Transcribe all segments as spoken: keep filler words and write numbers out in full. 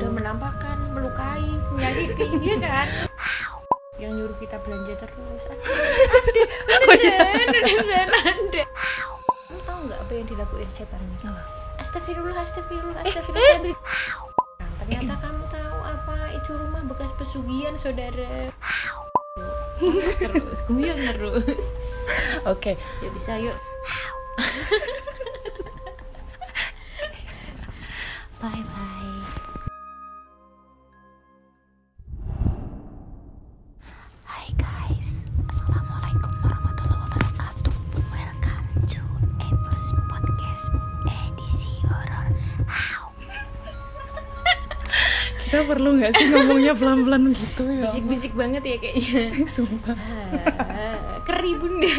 sudah menampakkan, melukai, menyakiti, ya kan? Yang nyuruh kita belanja terus. Ada, ada, ada, ada. Kamu tahu nggak apa yang dilakuin setan ini? Astagfirullah, astagfirullah, astagfirullah. Nah, ternyata kamu tahu apa itu rumah bekas pesugihan, saudara. Terus, guyon terus. Oke, Ya bisa, yuk. bye bye. Hai guys, assalamualaikum warahmatullahi wabarakatuh. Welcome to Apple's Podcast edisi horor. Kita perlu nggak sih ngomongnya pelan-pelan gitu ya? Bisik-bisik banget ya kayaknya. Sumpah. Ah, keri bunda.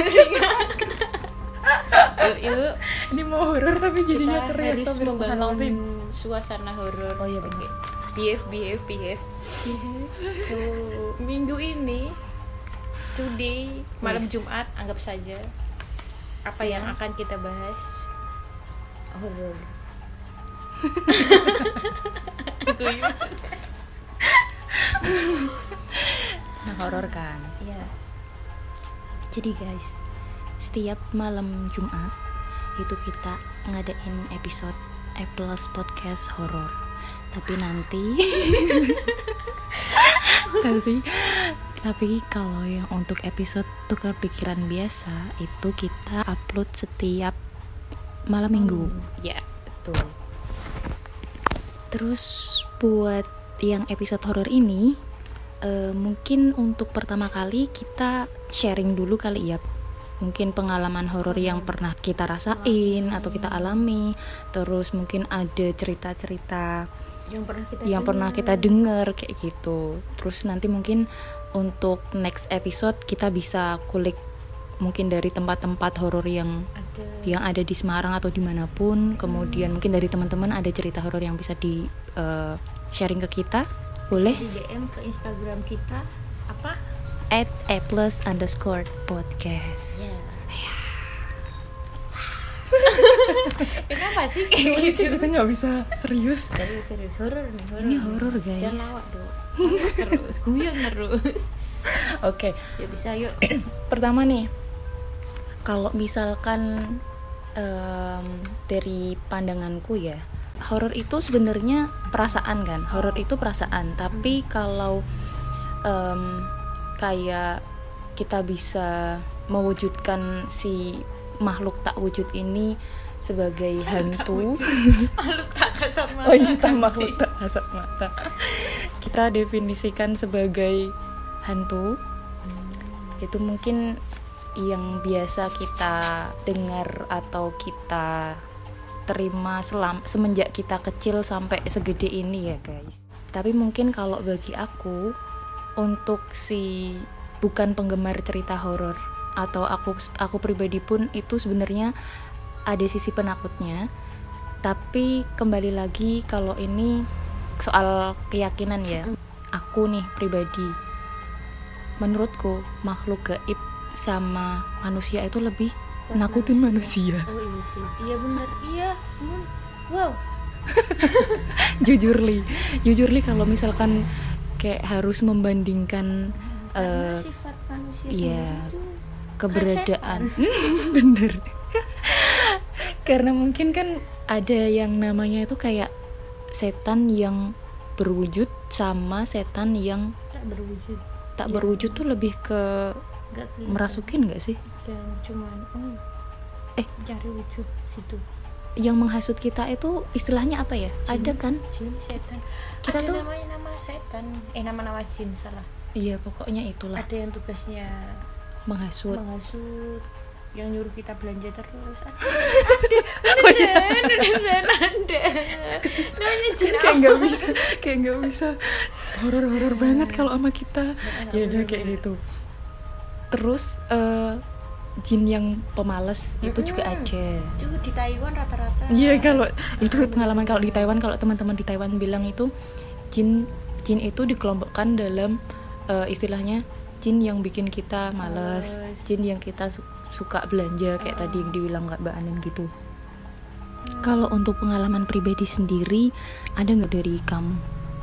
Yuk, yuk. Ini mau horor tapi jadinya Kita keren. harus membangun suasana horor. Oh iya benar. Behave, behave, behave. So, minggu ini, today, malam Yes. Jumat, anggap saja apa yang akan kita bahas horor. Guyon. Nah, horor kan. Ya. Jadi guys, setiap malam Jumat itu kita ngadain episode Apple's Podcast horor. Tapi nanti tapi tapi kalau yang untuk episode tukar pikiran biasa itu kita upload setiap malam minggu. Ya, betul. Terus buat yang episode horor ini uh, mungkin untuk pertama kali kita sharing dulu kali ya. Mungkin pengalaman horor yang pernah kita rasain atau kita alami. Terus mungkin ada cerita-cerita Yang pernah kita yang dengar. pernah kita dengar kayak gitu. Terus nanti mungkin untuk next episode kita bisa kulik mungkin dari tempat-tempat horor yang ada yang ada di Semarang atau dimanapun. Kemudian mungkin dari teman-teman ada cerita horor yang bisa di uh, sharing ke kita, boleh di D M ke Instagram kita apa? at Apples underscore podcast. Ya. Kenapa sih kayak gitu? Kita nggak bisa serius. Serius, serius, horor nih, horor. Ini nih. horor, guys. Jangan lawak dong. Horor terus, guyon terus. Oke, Ya bisa, yuk. pertama nih, kalau misalkan em, dari pandanganku ya, horor itu sebenarnya perasaan kan. Horor itu perasaan. Tapi kalau em, kayak kita bisa mewujudkan si makhluk tak wujud ini sebagai hantu. Makhluk tak kasat mata. Oh iya, kan makhluk sih? tak kasat mata. Kita definisikan sebagai hantu. Itu mungkin yang biasa kita dengar atau kita terima selam, semenjak kita kecil sampai segede ini ya guys. Tapi mungkin kalau bagi aku, untuk si bukan penggemar cerita horor atau aku aku pribadi pun itu sebenarnya ada sisi penakutnya. Tapi kembali lagi kalau ini soal keyakinan ya. Aku nih pribadi, menurutku makhluk gaib sama manusia itu lebih nakutin manusia. Oh iya sih. Iya benar. Iya. Hmm. Wow. Jujur li, jujur li kalau misalkan kayak harus membandingkan Karena eh, sifat manusia iya, sendiri itu keberadaan. Bener. Karena mungkin kan ada yang namanya itu kayak setan yang berwujud sama setan yang tak berwujud. tak Iya. berwujud tuh lebih ke Enggak kelihatan. merasukin gak sih? Dan cuman oh, Eh. cari wujud gitu. Yang menghasut kita itu istilahnya apa ya? Jin. Ada kan? Jin, setan. Kita Ada tuh- namanya nama setan. Eh nama-nama jin salah. Iya pokoknya itulah, Ada yang tugasnya menghasut. menghasut, yang nyuruh kita belanja terus. Ada, ada, ada, ada. Namanya jin Kayak apa? nggak bisa, kayak nggak bisa. Horor-horor banget kalau sama kita. Ya udah kayak gitu. Terus eh, jin yang pemalas itu juga Mm-mm. ada. Itu di Taiwan rata-rata. Iya kalau itu pengalaman kalau di Taiwan, kalau teman-teman di Taiwan bilang itu jin jin itu dikelompokkan dalam uh, istilahnya jin yang bikin kita malas, Males. jin yang kita su- suka belanja kayak Uh. tadi yang dibilang Mbak Anin gitu. Kalau untuk pengalaman pribadi sendiri ada nggak dari kamu?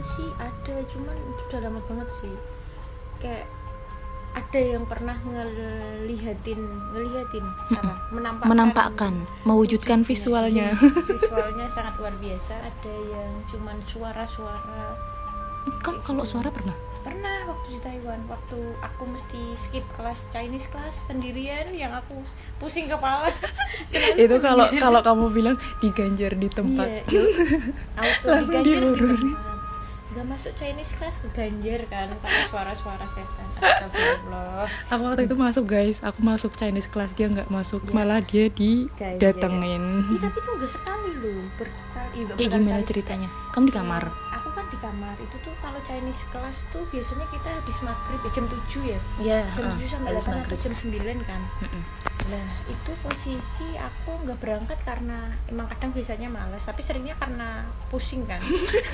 sih ada, cuman itu udah lama banget sih. Kayak ada yang pernah ngelihatin ngelihatin salah menampakkan, menampakkan mewujudkan visualnya. Yes, visualnya sangat luar biasa. Ada yang cuman suara-suara. Kan kalau suara pernah pernah waktu di Taiwan, waktu aku mesti skip kelas Chinese class sendirian yang aku pusing kepala. Itu kalau kalau kamu bilang diganjar di tempat, iya, auto langsung diganjar di diururin. tempat. Udah masuk Chinese class keganjar kan pakai suara-suara setan. Astagfirullah. Aku waktu itu masuk guys, aku masuk Chinese class, dia nggak masuk, Ya. malah dia Ganjar. didatengin. Ih, tapi itu enggak sekali loh, berkali. Ya, Kayak gimana ceritanya? Kamu di kamar? Aku kan di kamar. Itu tuh kalau Chinese class tuh biasanya kita habis maghrib ya jam tujuh ya. Iya. Jam tujuh sampai delapan atau jam sembilan kan. Mm-mm. Nah, itu posisi aku nggak berangkat karena emang kadang biasanya malas, tapi seringnya karena pusing kan.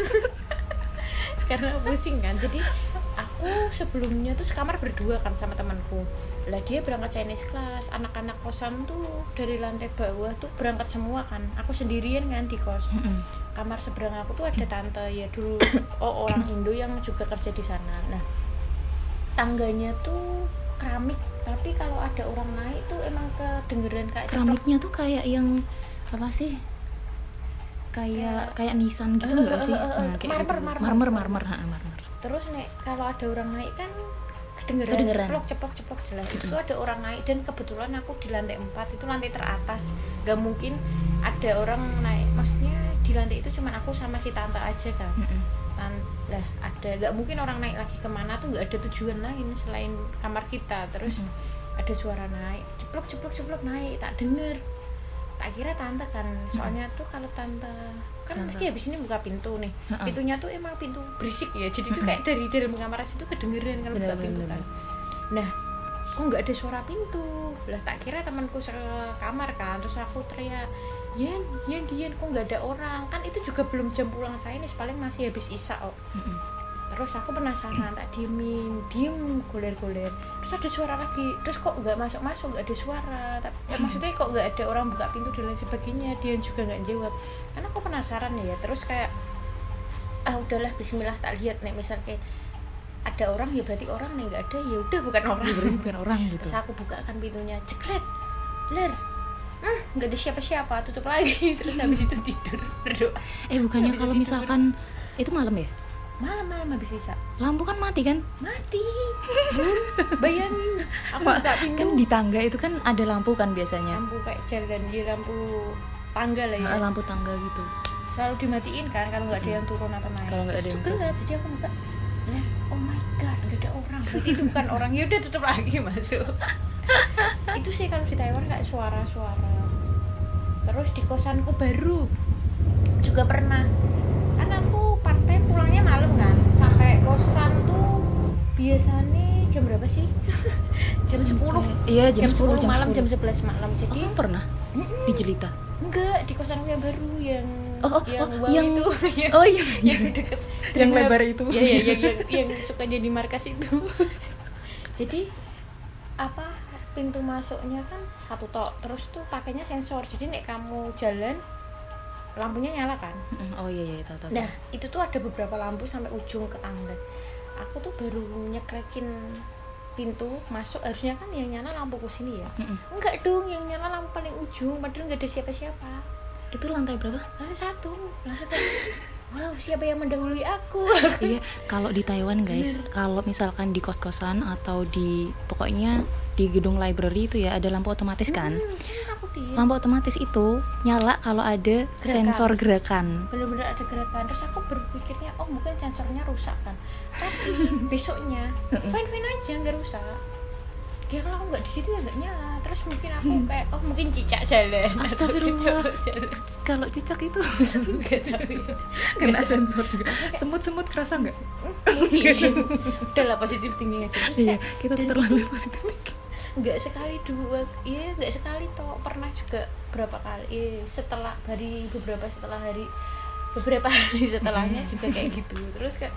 Karena pusing kan. Jadi aku sebelumnya tuh sekamar berdua kan sama temanku. Lah dia berangkat Chinese class, anak-anak kosan tuh dari lantai bawah tuh berangkat semua kan. Aku sendirian kan di kos. Mm-mm. Kamar seberang aku tuh ada tante ya dulu oh orang Indo yang juga kerja di sana. Nah, tangganya tuh keramik, tapi kalau ada orang naik tuh emang kedengeran kayak Keramiknya tuh kayak yang apa sih? Kayak kayak nisan gitu enggak sih? uh, uh, uh, Nah, kayak marmer, gitu. marmer. marmer, marmer, ha, marmer. terus nek kalau ada orang naik kan kedengeran, Kedengeran. ceplok ceplok ceplok jelas. Itu tuh ada orang naik dan kebetulan aku di lantai empat, itu lantai teratas. Gak mungkin ada orang naik, maksudnya di lantai itu cuma aku sama si tante aja kan. Mm-mm. Tan- lah ada, gak mungkin orang naik lagi kemana tuh, gak ada tujuan lain selain kamar kita. Terus Mm-mm. ada suara naik, ceplok ceplok ceplok naik, tak denger, tak kira tante kan. Soalnya tuh kalau tante kan Tante. pasti habis ini buka pintu nih. Ha-ha. Pintunya tuh emang pintu berisik ya, jadi tuh kayak dari dalam kamar situ kedengeran kalau buka Bener, pintu bener, kan. Nah, kok nggak ada suara pintu? Lah tak kira temanku sekamar kan, terus aku teriak, Yen, Yen, Yen, kok nggak ada orang? Kan itu juga belum jam pulang Chinese, paling masih habis isya kok. Mm-mm. Terus aku penasaran, tak diemin, diem, goler-goler. Terus ada suara lagi, terus kok nggak masuk-masuk, nggak ada suara. Tapi, eh, maksudnya kok nggak ada orang buka pintu dan lain sebagainya. Dia juga nggak jawab. Karena aku penasaran ya. Terus kayak, ah udahlah, Bismillah, tak lihat nih. Misal kayak ada orang ya berarti orang nih, nggak ada ya udah bukan orang. Berarti bukan orang gitu. Terus aku bukakan pintunya, ceklek, ler. Hmm, nggak ada siapa-siapa, tutup lagi. Terus habis itu tidur berdoa. Eh bukannya Habis kalau itu misalkan itu malam ya? Malam-malam habis isya Lampu kan mati kan? mati. Bun, bayangin aku Ma- buka pintu Kan di tangga itu kan ada lampu kan biasanya. lampu kayak jalan ya, lampu tangga lah ya, Ah, lampu tangga gitu. selalu dimatiin kan kalau nggak ada yang turun atau naik. Kalau nggak ada yang Terus gelap, jadi aku buka, lah oh my god nggak ada orang, berarti itu bukan orang. Ya udah tutup lagi, masuk. Itu sih kalau di Taiwan kayak suara-suara. Terus di kosanku baru juga pernah, kan aku part time pulangnya malam kan, sampai kosan tuh biasanya jam berapa sih? Jam sepuluh. Iya, jam, Jam sepuluh jam malam, sepuluh. jam sebelas malam. Oh, Jadi kamu pernah di Jelita? enggak, di kosanku yang baru yang Oh, oh, yang oh, wow yang- itu yang, Oh iya, yang deket yang Trinap. lebar itu. Iya, iya, yang, yang, yang suka jadi markas itu. Jadi apa, pintu masuknya kan satu tok, terus tuh pakainya sensor. Jadi nek kamu jalan lampunya nyala kan. Mm, oh iya iya, tahu tahu. Nah, itu tuh ada beberapa lampu sampai ujung ke tangga. Aku tuh baru nyekrekin pintu masuk, harusnya kan yang nyala lampuku sini ya. Mm-mm. Enggak dong, yang nyala lampu paling ujung, padahal nggak ada siapa-siapa. Itu lantai berapa? Lantai satu. Langsung kayak, wow, siapa yang mendahului aku? Iya, kalau di Taiwan guys, kalau misalkan di kos-kosan atau di pokoknya di gedung library itu ya ada lampu otomatis kan. Hmm, aku di Lampu otomatis itu nyala kalau ada Gerakan. sensor gerakan. bener-bener ada gerakan. Terus aku berpikirnya, oh mungkin sensornya rusak kan. Tapi besoknya fine-fine aja, nggak rusak. Ya kalau aku nggak di situ ya nggak nyala. Terus mungkin aku kayak, oh mungkin cicak jalan. atau Astagfirullah. kecoa jalan. Kalau cicak itu Nggak tahu ya. kena sensor juga. Semut-semut kerasa nggak? Mungkin. Udah lah, positif thinking aja. Terus Iya, kayak, kita tuh dan terlalu itu positif thinking. nggak sekali dua, iya nggak sekali toh, pernah juga berapa kali. Iya, setelah hari beberapa setelah hari beberapa hari setelahnya juga kayak gitu. Terus kayak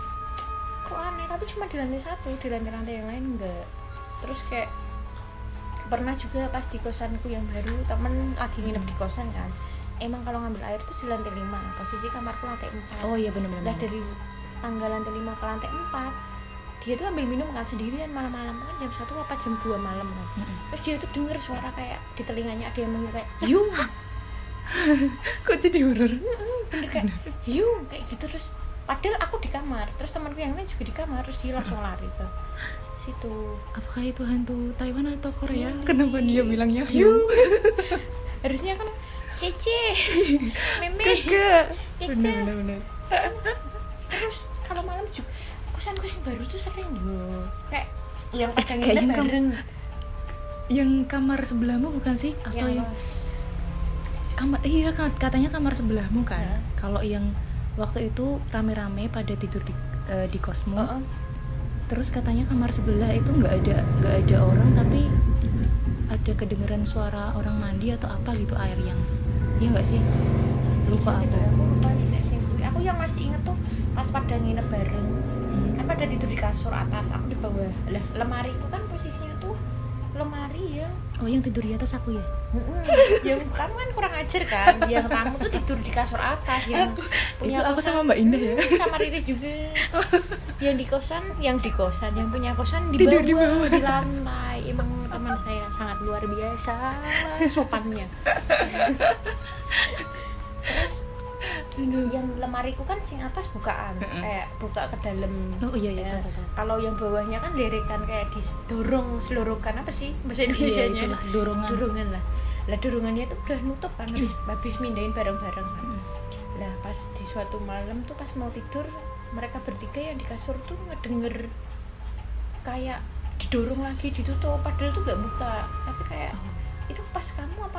kok aneh, tapi cuma di lantai satu, di lantai-lantai yang lain enggak. Terus kayak pernah juga pas di kosanku yang baru, temen lagi nginep di kosan kan, emang kalau ngambil air tuh di lantai lima, posisi kamarku lantai empat. Oh iya benar-benar. Lah dari tangga lantai lima ke lantai empat, dia tuh ambil minum kan sendirian malam-malam kan jam satu apa jam dua malam kan. Mm-hmm. Terus dia tuh denger suara kayak di telinganya ada yang manggil kayak Yung. Kok jadi horor? Mm-mm, bener kayak Yung kayak gitu. Terus padahal aku di kamar, terus temanku yang lain juga di kamar, terus dia langsung lari ke situ. Apakah itu hantu Taiwan atau Korea? Hmm. Kenapa dia bilangnya Yung? Harusnya kan kece, meme, keke. kece. Bener-bener. Terus kalau malam juga kosan-kosan baru tuh sering loh, kayak yang pada kayak nginep yang bareng. Kam- yang kamar sebelahmu bukan sih? Atau yang, yang kamar iya katanya kamar sebelahmu kan? Ya. Kalau yang waktu itu rame-rame pada tidur di uh, di kosmu. Uh-uh. Terus katanya kamar sebelah itu nggak ada nggak ada orang, tapi ada kedengeran suara orang mandi atau apa gitu, air yang iya nggak sih? Lupa gitu, aku. aku lupa tidak sih. Aku yang masih inget tuh pas pada nginep bareng. Hmm. Kan pada tidur di kasur atas, aku di bawah. Lah lemari itu kan posisinya tuh lemari ya. Oh, yang tidur di atas aku ya? Yang kamu kan kurang ajar kan. Yang tamu tuh tidur di kasur atas, yang punya itu aku kosan, sama Mbak Indah ya. Sama Riri juga. Yang di kosan, yang di kosan, yang punya kosan di tidur bawah, di bawah di lantai. Emang teman saya sangat luar biasa sopannya. Terus Aduh. Yang lemariku kan sing atas bukaan, uh-uh. kayak buka ke dalam. Oh iya iya. Ya. Kalau yang bawahnya kan lerekan kayak didorong selorokan apa sih bahasa Indonesianya? Iya, itulah dorongan. Dorongan lah. Lah dorongannya itu udah nutup kan, habis habis mindahin bareng-bareng kan. Hmm. Lah pas di suatu malam tuh pas mau tidur, mereka bertiga yang di kasur tuh ngedenger kayak didorong lagi, ditutup, padahal tuh nggak buka, tapi kayak oh. Itu pas kamu apa?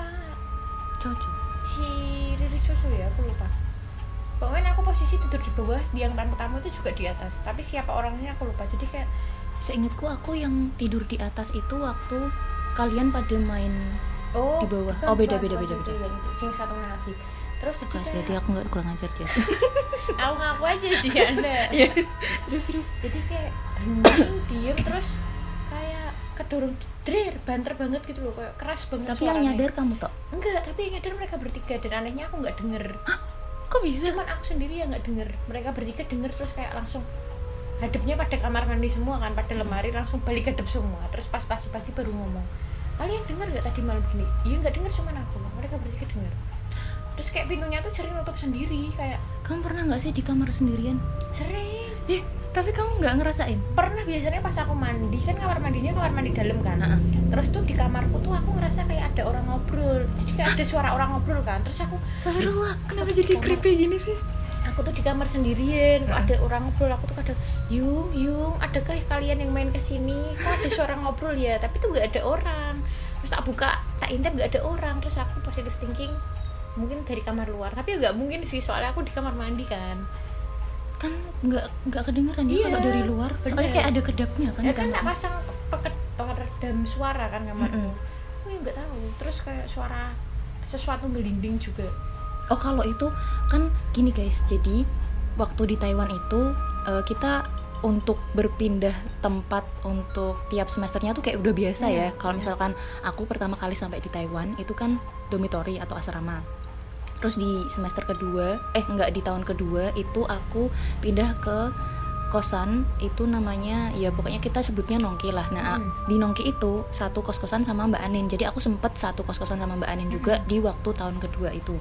Coco. Si Riri Coco ya, aku lupa. Pokoknya aku posisi tidur di bawah, yang tamu-tamu itu juga di atas, tapi siapa orangnya aku lupa. Jadi kayak seingatku aku yang tidur di atas itu waktu kalian pada main oh, di bawah. Oh beda beda beda beda. Yang satunya lagi. Terus jadi kayak, berarti aku nggak kurang ajar Jess. Aku ngaku aja sih Anda. Terus terus. Jadi kayak hening diem terus kayak kedorong drer, banter banget gitu loh, kayak keras banget. Tapi suaranya. Yang nyadar kamu toh? Enggak, tapi yang nyadar mereka bertiga, dan anehnya aku nggak denger. Hah? Kok bisa? Cuman aku sendiri yang nggak denger, mereka bertiga denger, terus kayak langsung hadapnya pada kamar mandi semua kan, pada lemari langsung balik hadap semua. Terus pas pagi-pagi baru ngomong, kalian denger nggak tadi malam gini? Iya nggak denger, cuman aku, mereka bertiga denger. Terus kayak pintunya tuh sering nutup sendiri, kayak kamu pernah nggak sih di kamar sendirian? Sering. Eh tapi kamu nggak ngerasain? Pernah, biasanya pas aku mandi kan kamar mandinya kamar mandi dalam kan. Uh-uh. Terus tuh di kamarku tuh aku ngerasa kayak ada orang ngobrol, jadi kayak ada suara orang ngobrol kan. Terus aku Astagfirullah, kenapa jadi creepy gini sih? Aku tuh di kamar sendirian, kok ada orang ngobrol. Aku tuh kadang, Yung, Yung, adakah kalian yang main kesini? Kok ada suara ngobrol ya? Tapi tuh nggak ada orang. Terus tak buka, tak intip nggak ada orang. Terus aku positive thinking, mungkin dari kamar luar. Tapi nggak mungkin sih, soalnya aku di kamar mandi kan. Kan nggak nggak kedengeran ya, iya, kalau dari luar. Bener. Soalnya kayak ada kedapnya kan. Ya kan tak pasang peredam suara kan kamarku. Mm-hmm. Aku nggak tahu. Terus kayak suara sesuatu gelinding juga. Oh kalau itu kan gini guys, jadi waktu di Taiwan itu uh, kita untuk berpindah tempat untuk tiap semesternya tuh kayak udah biasa hmm. ya. Kalau misalkan aku pertama kali sampai di Taiwan itu kan dormitory atau asrama. Terus di semester kedua, eh enggak di tahun kedua itu aku pindah ke kosan, itu namanya ya pokoknya kita sebutnya Nongki lah. Nah hmm. di Nongki itu satu kos-kosan sama Mbak Anin. Jadi aku sempet satu kos-kosan sama Mbak Anin juga hmm. di waktu tahun kedua itu.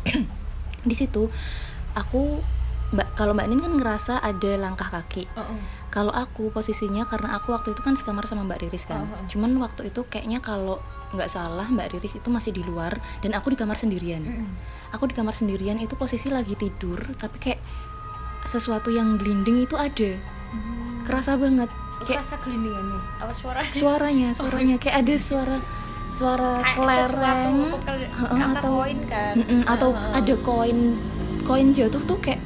Di situ aku Mbak, kalau Mbak Anin kan ngerasa ada langkah kaki. Uh-uh. Kalau aku posisinya karena aku waktu itu kan sekamar sama Mbak Riris kan. Uh-uh. Cuman waktu itu kayaknya kalau nggak salah Mbak Riris itu masih di luar dan aku di kamar sendirian. Uh-uh. Aku di kamar sendirian itu posisi lagi tidur, tapi kayak sesuatu yang glinding itu ada. Uh-huh. Kerasa banget. Kayak kerasa glindingannya. Apa suaranya? Suaranya, suaranya oh. kayak ada suara suara kelereng uh, atau koin kan. Uh-uh, atau uh-huh. ada koin koin jatuh tuh kayak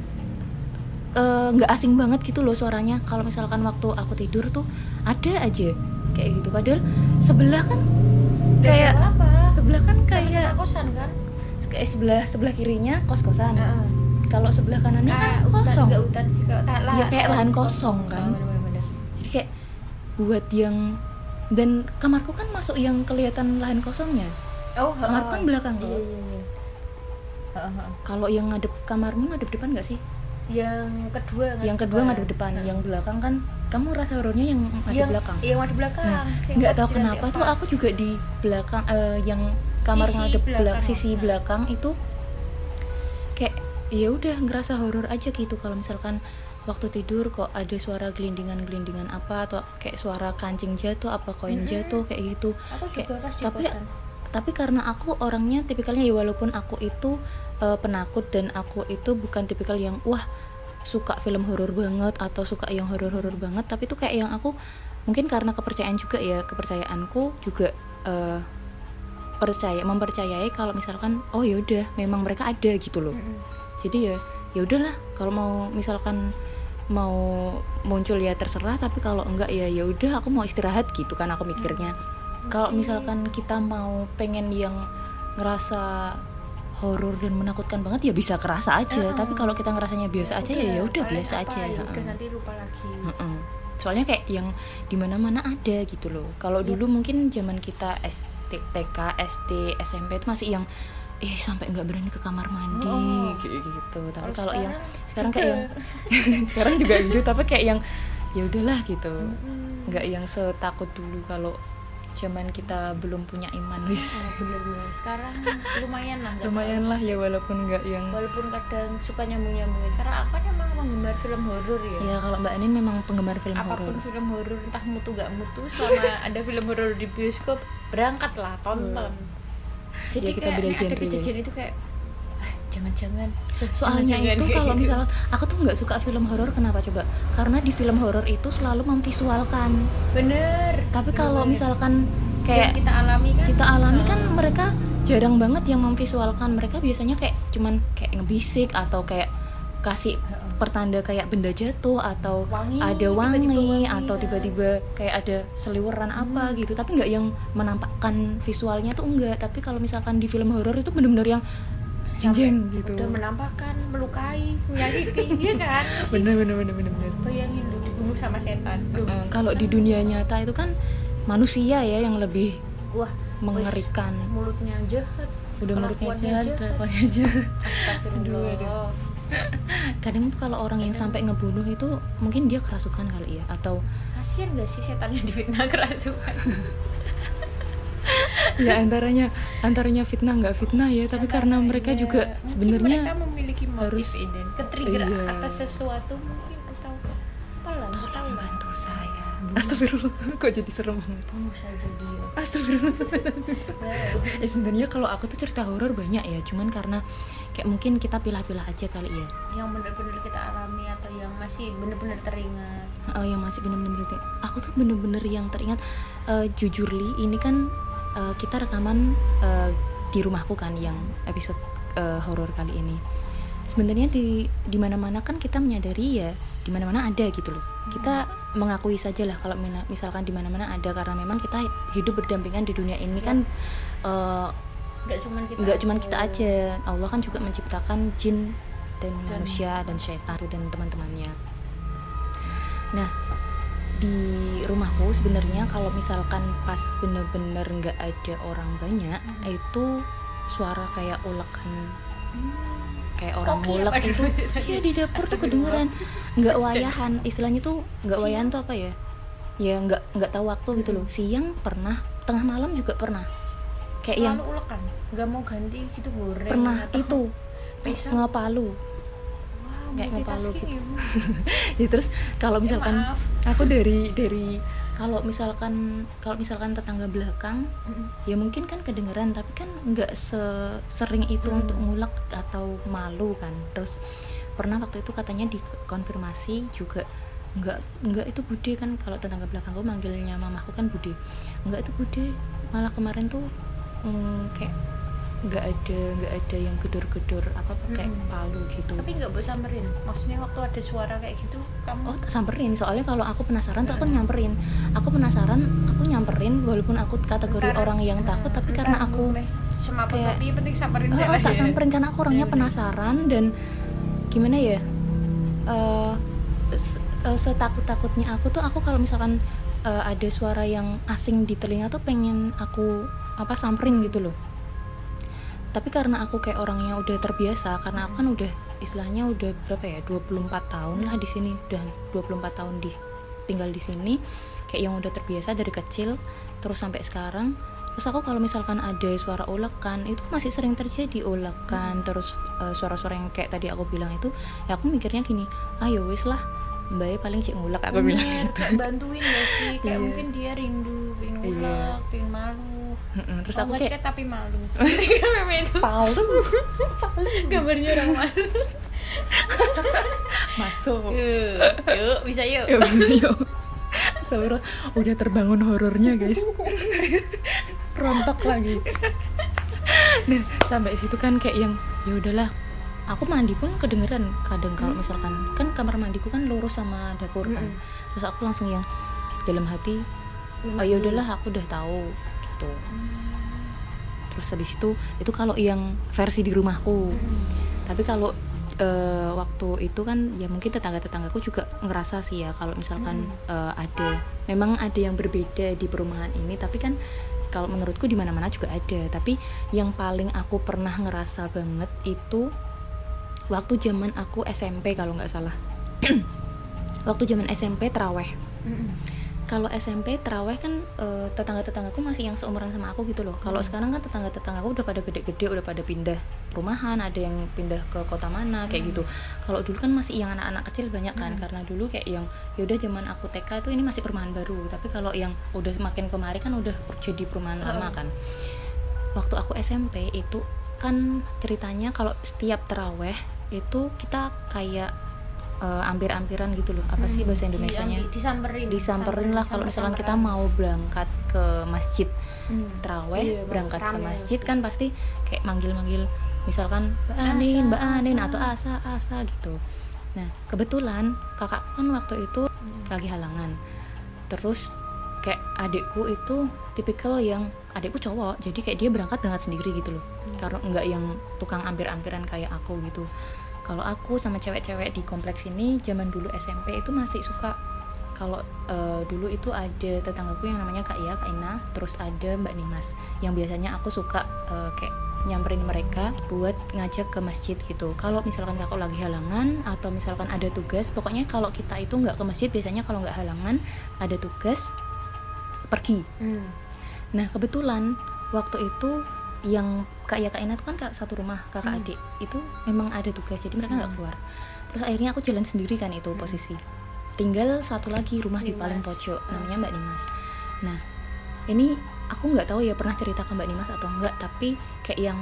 nggak uh, asing banget gitu loh suaranya. Kalau misalkan waktu aku tidur tuh ada aja kayak gitu, padahal sebelah kan kayak apa? sebelah kan kayak kosan kan, kayak sebelah sebelah kirinya kos-kosan. Uh. Kalau sebelah kanannya kayak kan kosong. Hutan, hutan sih, kayak, lah, ya kayak lahan kosong, kosong kan. Oh, bener-bener. Jadi kayak buat yang, dan kamarku kan masuk yang kelihatan lahan kosongnya. Oh, kamarku kan belakang. Iya, iya, iya. Kalau yang ngadep kamarmu ngadep depan nggak sih? Yang kedua yang kedua ngadep depan, nah. Yang belakang kan kamu rasa horornya yang ada yang, belakang. Yang ada belakang. Nah, nggak tahu kenapa tuh aku juga di belakang uh, yang kamar sisi ngadep belakang, belakang sisi nah. belakang itu kayak ya udah ngerasa horor aja gitu. Kalau misalkan waktu tidur kok ada suara gelindingan-gelindingan apa atau kayak suara kancing jatuh apa koin mm-hmm. jatuh kayak gitu. Aku kayak, juga pas tapi kosan. Tapi karena aku orangnya tipikalnya ya walaupun aku itu uh, penakut dan aku itu bukan tipikal yang wah suka film horor banget atau suka yang horor-horor banget, tapi itu kayak yang aku mungkin karena kepercayaan juga ya, kepercayaanku juga uh, percaya mempercayai kalau misalkan oh ya udah memang mereka ada gitu loh. Mm-hmm. Jadi ya ya udahlah kalau mau misalkan mau muncul ya terserah, tapi kalau enggak ya ya udah aku mau istirahat gitu kan aku mikirnya. Mm-hmm. Kalau misalkan kita mau pengen yang ngerasa horor dan menakutkan banget ya bisa kerasa aja, uh-uh. tapi kalau kita ngerasanya biasa ya, aja ya ya udah biasa aja ya. Udah nanti lupa lagi. Uh-uh. Soalnya kayak yang di mana-mana ada gitu loh. Kalau yep. dulu mungkin zaman kita S D, T K, S D, S M P itu masih yang eh sampai nggak berani ke kamar mandi oh. kayak gitu. Tapi kalau yang sekarang kayak yang sekarang juga gitu, tapi kayak yang ya udahlah gitu. Nggak mm-hmm. yang setakut dulu kalau zaman kita belum punya iman wis. Oh, bener-bener. Sekarang lumayan lah. Lumayan lah ya walaupun nggak yang. Walaupun kadang suka nyambung-nyambungin. Karena aku kan emang penggemar film horor ya. Ya kalau Mbak Anin memang penggemar film horor. Apapun film horor entah mutu gak mutu selama ada film horor di bioskop berangkat lah tonton. Hmm. Jadi ya, kita beda genre. Ada kejadian itu kayak jangan-jangan. Soalnya jangan, itu kalau misalnya aku tuh nggak suka film horor kenapa coba? Karena di film horor itu selalu memvisualkan. Bener. Tapi kalau misalkan kayak yang kita alami kan, kita alami kan uh. mereka jarang banget yang memvisualkan. Mereka biasanya kayak cuman kayak ngebisik atau kayak kasih pertanda kayak benda jatuh atau wangi, ada wangi, tiba-tiba wangi atau tiba-tiba kayak ada seliweran hmm. apa gitu. Tapi nggak yang menampakkan visualnya tuh enggak. Tapi kalau misalkan di film horor itu benar-benar yang jenjeng gitu. Udah menampakkan, melukai, menyakiti, iya kan? Bener bener bener bener bener. Bayangin lu dibunuh sama setan. Uh, kalau di dunia nyata itu kan manusia ya yang lebih wah mengerikan. Mulutnya jahat. Udah mulutnya jahat, kelakuannya jahat. Astagfirullah. Kadang tuh kalau orang yang sampai ngebunuh itu mungkin dia kerasukan kali ya atau kasihan gak sih setan yang difitnah kerasukan? Ya antaranya antaranya fitnah nggak fitnah ya, tapi karena mereka ya, juga sebenarnya mereka memiliki motif harus iden, ketrigger iya. atas sesuatu mungkin atau apalah nggak tahu. Bantu saya. Astagfirullah, kok jadi serem banget. Bunuh saja dia. Astagfirullah. Ya sebenarnya kalau aku tuh cerita horor banyak ya, cuman karena kayak mungkin kita pilah-pilah aja kali ya. Yang benar-benar kita alami atau yang masih benar-benar teringat. Oh, yang masih benar-benar teringat. Aku tuh benar-benar yang teringat. Uh, jujur Li, ini kan uh, kita rekaman uh, di rumahku kan yang episode uh, horor kali ini. Sebenarnya di di mana-mana kan kita menyadari ya di mana-mana ada gitu loh. Kita mengakui saja lah kalau misalkan di mana-mana ada, karena memang kita hidup berdampingan di dunia ini kan uh, nggak cuma kita nggak cuma kita aja. Allah kan juga menciptakan jin dan, dan manusia dan setan dan teman-temannya. Nah, di rumahku sebenarnya kalau misalkan pas bener-bener nggak ada orang banyak, hmm. itu suara kayak ulekan, hmm. kayak orang ngulek gitu. Iya di dapur tuh kedengeran. Nggak wayahan, istilahnya tuh nggak wayahan tuh apa ya? Ya nggak nggak tahu waktu gitu loh. Siang pernah, tengah malam juga pernah. Kayak selalu yang ulekan, nggak mau ganti gitu goreng. Pernah itu pisang. Ngepalu. Wow, kayak ngepalu gitu. Ya, ya terus kalau misalkan ya, aku dari dari kalau misalkan kalau misalkan tetangga belakang mm. ya mungkin kan kedengeran, tapi kan nggak sesering itu mm. untuk ngulek atau malu kan. Terus pernah waktu itu katanya dikonfirmasi juga nggak nggak itu Bude kan, kalau tetangga belakangku manggilnya mamaku kan Bude, nggak itu Bude, malah kemarin tuh mm, kayak nggak ada nggak ada yang gedor-gedor apa pakai hmm. palu gitu. Tapi nggak boleh samperin, maksudnya waktu ada suara kayak gitu kamu? Oh samperin, soalnya kalau aku penasaran tuh aku nyamperin, aku penasaran aku nyamperin walaupun aku kategori entar, orang yang takut, tapi karena aku kayak tapi penting samperin. Oh, oh tak samperin karena aku orangnya penasaran dan gimana ya, uh, setakut-takutnya aku tuh aku kalau misalkan uh, ada suara yang asing di telinga tuh pengen aku apa samperin gitu loh. tapi karena aku kayak orangnya udah terbiasa, karena aku kan udah istilahnya udah berapa ya dua puluh empat tahun lah di sini, udah dua puluh empat tahun di tinggal di sini, kayak yang udah terbiasa dari kecil terus sampai sekarang. Terus aku kalau misalkan ada suara ulekan, itu masih sering terjadi ulekan, terus uh, suara-suara yang kayak tadi aku bilang itu, ya aku mikirnya gini, ayo wis lah, mbaknya paling cik ngulek, aku bilang gitu. Kayak bantuin gak sih, kayak Iya. mungkin dia rindu, pengen ngulek, Iya. pengen malu. Terus Oh, aku ngechat kayak tapi malu. Kan meme itu. palu, Gambarnya orang malu. masuk. Yuk, yuk bisa yuk. Yuk, yuk. Sabar, udah terbangun horornya guys. Rontok lagi. Nah sampai situ kan kayak yang ya udahlah, aku mandi pun kedengeran kadang kalau misalkan kan kamar mandiku kan lurus sama dapur kan. Mm-mm. Terus aku langsung yang dalam hati, oh ya udahlah aku udah tahu gitu. Terus habis itu itu kalau yang versi di rumahku. Tapi kalau uh, waktu itu kan ya mungkin tetangga-tetanggaku juga ngerasa sih ya kalau misalkan uh, ada memang ada yang berbeda di perumahan ini, tapi kan kalau menurutku di mana-mana juga ada. Tapi yang paling aku pernah ngerasa banget itu waktu zaman aku S M P kalau nggak salah. Waktu zaman S M P terawih. Kalau S M P terawih kan e, tetangga-tetanggaku masih yang seumuran sama aku gitu loh. Kalau hmm. sekarang kan tetangga-tetanggaku udah pada gede-gede, udah pada pindah perumahan, ada yang pindah ke kota mana kayak hmm. gitu. Kalau dulu kan masih yang anak-anak kecil banyak kan, hmm. karena dulu kayak yang yaudah zaman aku T K itu ini masih perumahan baru. Tapi kalau yang udah semakin kemari kan udah jadi perumahan hmm. lama kan. Waktu aku S M P itu kan ceritanya kalau setiap terawih itu kita kayak Uh, ampir-ampiran gitu loh, apa sih bahasa Indonesianya? Di, disamperin, disamperin lah kalau misalkan kita mau berangkat ke masjid hmm. terawih, iya, berangkat ke masjid kan pasti kayak manggil-manggil, misalkan Mbak Anin, Mbak Anin atau Asa, Asa gitu. Nah kebetulan kakak kan waktu itu hmm. lagi halangan, terus kayak adikku itu tipikal yang adikku cowok, jadi kayak dia berangkat berangkat sendiri gitu loh, hmm. karena enggak yang tukang ampir-ampiran kayak aku gitu. Kalau aku sama cewek-cewek di kompleks ini zaman dulu S M P itu masih suka, kalau uh, dulu itu ada tetanggaku yang namanya Kak Ia, Kak Ina, terus ada Mbak Nimas yang biasanya aku suka uh, kayak nyamperin mereka buat ngajak ke masjid gitu. Kalau misalkan aku lagi halangan atau misalkan ada tugas, pokoknya kalau kita itu nggak ke masjid biasanya kalau nggak halangan ada tugas pergi. Hmm. Nah kebetulan waktu itu yang Kak Ya Kak Ina itu kan kak satu rumah kakak hmm. adik itu memang ada tugas jadi mereka nggak hmm. keluar. Terus akhirnya aku jalan sendiri kan itu hmm. posisi. Tinggal satu lagi rumah Nimas. Di paling pojok hmm. namanya Mbak Nimas. Nah ini aku nggak tahu ya pernah cerita ke Mbak Nimas atau enggak, tapi kayak yang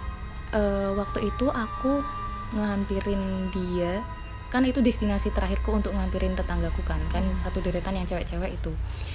uh, waktu itu aku ngampirin dia kan, itu destinasi terakhirku untuk ngampirin tetanggaku kan kan hmm. satu deretan yang cewek-cewek itu.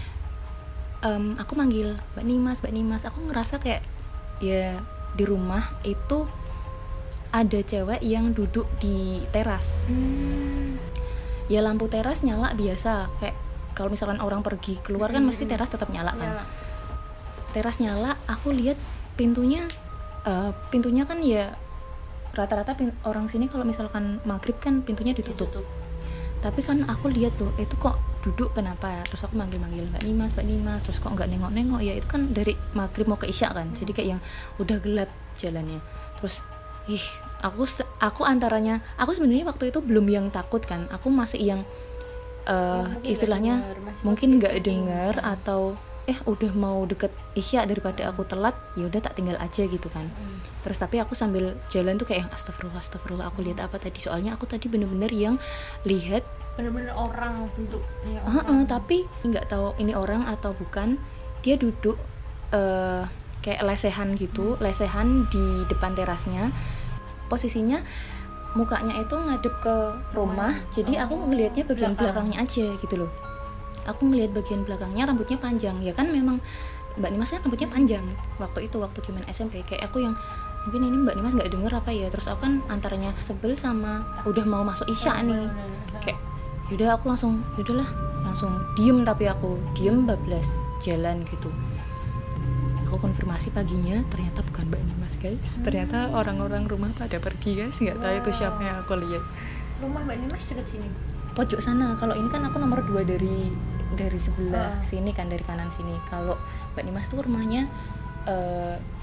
Um, aku manggil Mbak Nimas, Mbak Nimas, aku ngerasa kayak ya di rumah itu ada cewek yang duduk di teras. Hmm. Ya lampu teras nyala biasa, kayak kalau misalkan orang pergi keluar kan hmm. mesti teras tetap nyala kan. Nyala. Teras nyala, aku lihat pintunya, uh, pintunya kan ya rata-rata pin- orang sini kalau misalkan maghrib kan pintunya ditutup. ditutup. Tapi kan aku lihat loh, itu kok duduk kenapa? Terus aku manggil-manggil Mbak Nimas, Mbak Nimas, terus kok nggak nengok-nengok ya? Itu kan dari maghrib mau ke isya kan, hmm. jadi kayak yang udah gelap jalannya. Terus, ih, aku aku antaranya, aku sebenarnya waktu itu belum yang takut kan, aku masih yang uh, ya, istilahnya denger, mungkin nggak dengar atau eh udah mau deket isya daripada aku telat, ya udah tak tinggal aja gitu kan. Hmm. Terus tapi aku sambil jalan tuh kayak astagfirullah, astagfirullah, aku lihat apa tadi? Soalnya aku tadi bener-bener yang lihat bener-bener orang bentuknya orang. Uh-uh, tapi nggak tahu ini orang atau bukan. Dia duduk uh, kayak lesehan gitu, hmm. lesehan di depan terasnya. Posisinya mukanya itu ngadep ke rumah, oh. jadi aku ngelihatnya bagian belakang. belakangnya aja gitu loh. Aku ngelihat bagian belakangnya, rambutnya panjang. Ya kan memang Mbak Nimas kan rambutnya panjang waktu itu, waktu zaman S M P. Kayak aku yang mungkin ini Mbak Nimas nggak denger apa ya. Terus aku kan antaranya sebel sama udah mau masuk isya nih, kayak yaudah aku langsung yaudahlah langsung diem. Tapi aku diem bablas jalan gitu. Aku konfirmasi paginya ternyata bukan Mbak Nimas guys. Ternyata orang-orang rumah pada pergi guys. Nggak tahu wow. itu siapa yang aku lihat. Rumah Mbak Nimas dekat sini, pojok sana. Kalau ini kan aku nomor dua dari dari sebelah uh. sini kan, dari kanan sini. Kalau Mbak Nimas tuh rumahnya uh,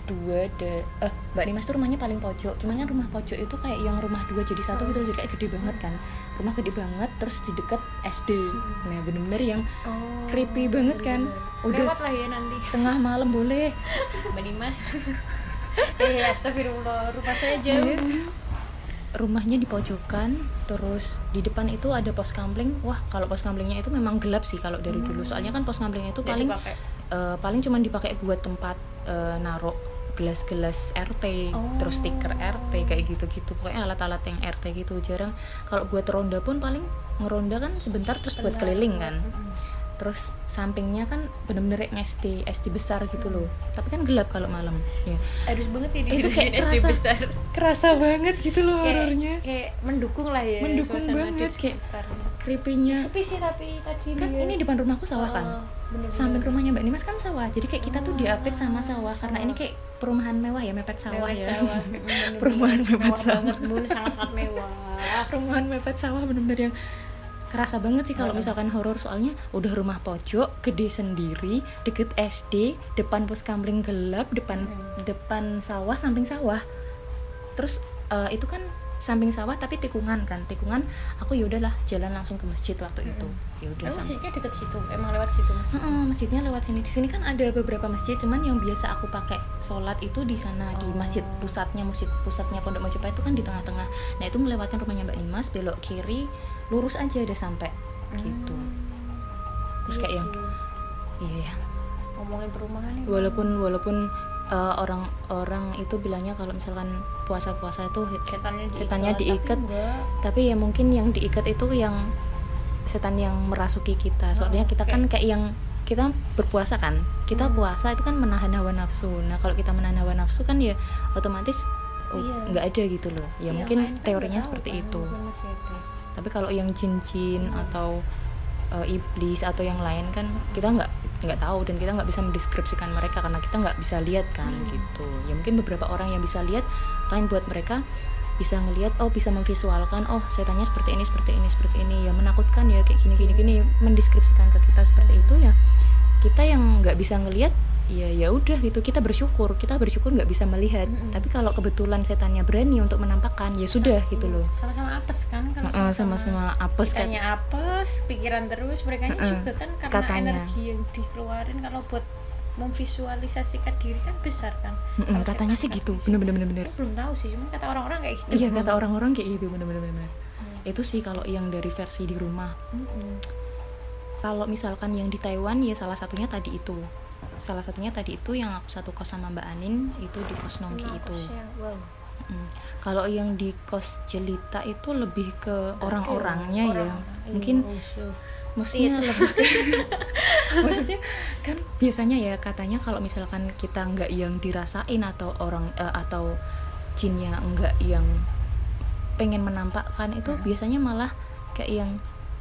dua de, eh Mbak Nimas tuh rumahnya paling pojok, cuman kan rumah pojok itu kayak yang rumah dua jadi satu gitu loh, jadi kayak gede banget kan, rumah gede banget, terus di dekat S D, nah bener-bener yang Oh, creepy banget kan, udah lewat lah ya nanti tengah malam boleh. Mbak Dimas. Eh astagfirullah, rumah saya jauh. Rumahnya di pojokan, terus di depan itu ada pos kamling. Wah, kalau pos kamlingnya itu memang gelap sih kalau dari dulu. Soalnya kan pos kamlingnya itu Nggak paling dipakai. uh, paling cuma dipakai buat tempat uh, naruh gelas-gelas R T, Oh. terus stiker R T kayak gitu-gitu. Pokoknya alat-alat yang R T gitu. Jarang kalau buat ronda pun paling ngeronda kan sebentar terus buat keliling kan. Terus sampingnya kan bener-bener S D, S D besar gitu loh. Tapi kan gelap kalau malam. Ya. Harus banget ya Itu kayak S D kerasa, besar. kerasa banget gitu loh Kayak, horornya. kayak mendukung lah ya. Mendukung suasana di banget, kayak sekitarnya. Creepy-nya. Sepi sih tapi tadi Kan dia. ini depan rumahku sawah kan. Oh, bener-bener. Samping rumahnya Mbak Nimas kan sawah. Jadi kayak kita tuh Oh, diapit sama sawah karena sawah. ini kayak perumahan mewah ya, mepet sawah Mewah ya. sawah. Bener-bener. Perumahan mepet Mewah sawah. banget, Bun, sangat-sangat mewah. Perumahan mepet sawah bener-bener yang kerasa banget sih kalau Heeh. misalkan horor, soalnya udah rumah pojok gede sendiri, deket S D, depan pos kamling gelap, depan Hmm. depan sawah, samping sawah. Terus eh, itu kan samping sawah tapi tikungan kan, tikungan. Aku ya udahlah jalan langsung ke masjid waktu itu. Ya udah Oh, sampai masjidnya deket situ, emang lewat situ mas. Heeh, masjidnya lewat sini. Di sini kan ada beberapa masjid, cuman yang biasa aku pakai sholat itu di sana, di Oh. masjid pusatnya, masjid pusatnya Pondok Mojopahat itu kan di tengah-tengah. Nah itu ngelewatin rumahnya Mbak Nimas, belok kiri, lurus aja udah sampai gitu. Terus kayak yang, iya ya. Ngomongin perumahan nih. Walaupun walaupun uh, orang-orang itu bilangnya kalau misalkan puasa-puasa itu setannya diikat, setannya diikat, tapi enggak. tapi ya mungkin yang diikat itu yang setan yang merasuki kita. Soalnya Oh, kita kan kayak- kayak yang kita berpuasa kan, kita Hmm. puasa itu kan menahan hawa nafsu. Nah kalau kita menahan hawa nafsu kan ya otomatis oh, Iya. nggak ada gitu loh. Ya Yang mungkin lain kan teorinya nggak tahu seperti kan, itu. mungkin masih ada. Tapi kalau yang jin-jin atau uh, iblis atau yang lain kan kita nggak nggak tahu dan kita nggak bisa mendeskripsikan mereka karena kita nggak bisa lihat kan gitu. Ya mungkin beberapa orang yang bisa lihat, fine buat mereka bisa ngelihat, oh bisa memvisualkan, oh setannya seperti ini seperti ini seperti ini, ya menakutkan ya kayak gini gini gini, mendeskripsikan ke kita seperti itu. Ya kita yang nggak bisa ngelihat, ya ya udah gitu, kita bersyukur kita bersyukur nggak bisa melihat. Mm-mm. Tapi kalau kebetulan setannya berani untuk menampakkan, ya sudah gitu loh. Sama-sama apes kan kalau Heeh, sama-sama apes kan. kitanya apes, pikiran terus, mereka Heeh, juga kan karena katanya. energi yang dikeluarin kalau buat memvisualisasikan diri kan besar kan. Mm-mm, Kalau katanya setan sih kan gitu, bisa. bener-bener bener. Aku belum tahu sih, cuma kata orang-orang kayak gitu. Iya kata orang-orang kayak gitu, bener-bener bener. Hmm. Itu sih kalau yang dari versi di rumah. Mm-mm. Kalau misalkan yang di Taiwan ya salah satunya tadi itu. Salah satunya tadi itu yang aku satu kos sama Mbak Anin itu di kos Nongki Nah, itu. kosnya, wow. Mm. Kalau yang di kos Jelita itu lebih ke orang-orangnya ya. Orang. Mungkin Iya, usuh. maksudnya Iya. lebih maksudnya kan biasanya ya katanya kalau misalkan kita nggak yang dirasain atau orang eh, atau jinnya enggak yang pengen menampakkan itu Hmm. biasanya malah kayak yang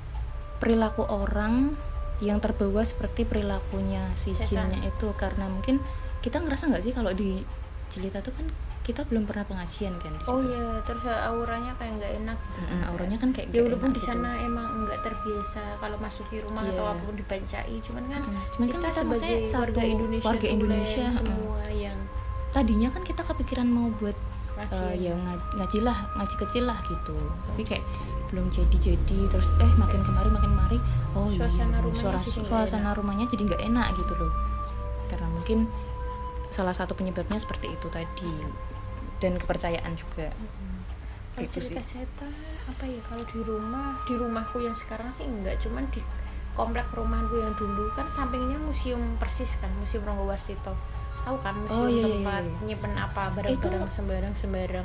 perilaku orang yang terbawa seperti perilakunya si Setan. jinnya itu, karena mungkin kita ngerasa nggak sih kalau di Jelita tuh kan kita belum pernah pengajian kan di situ. Oh iya, terus auranya kayak nggak enak gitu. Mm, auranya kan kayak Ya nggak walaupun enak di gitu. sana emang nggak terbiasa kalau masuki rumah Iya. atau apapun dibancai, cuman kan Mm, cuman kan kita, kita sebagai maksudnya satu warga Indonesia, warga tulen Indonesia, heeh. semua yang Tadinya kan kita kepikiran mau buat pengajian. uh, ya nga- ngaji lah, ngaji kecil lah gitu. Tapi kayak belum jadi-jadi, terus eh makin kemari makin kemari, oh Suasana iya, rumahnya suara jadi nggak suasana enak. rumahnya jadi nggak enak gitu loh. Karena mungkin salah satu penyebabnya seperti itu tadi, dan kepercayaan juga. Kalau Gitu cerita sih. setan apa ya, kalau di rumah di rumahku yang sekarang sih enggak, cuman di komplek perumahanku yang dulu kan sampingnya museum persis kan, museum Ronggowarsito, tahu kan museum Oh, iya, iya, tempat iya. nyimpen apa barang-barang Itu- sembarang sembarang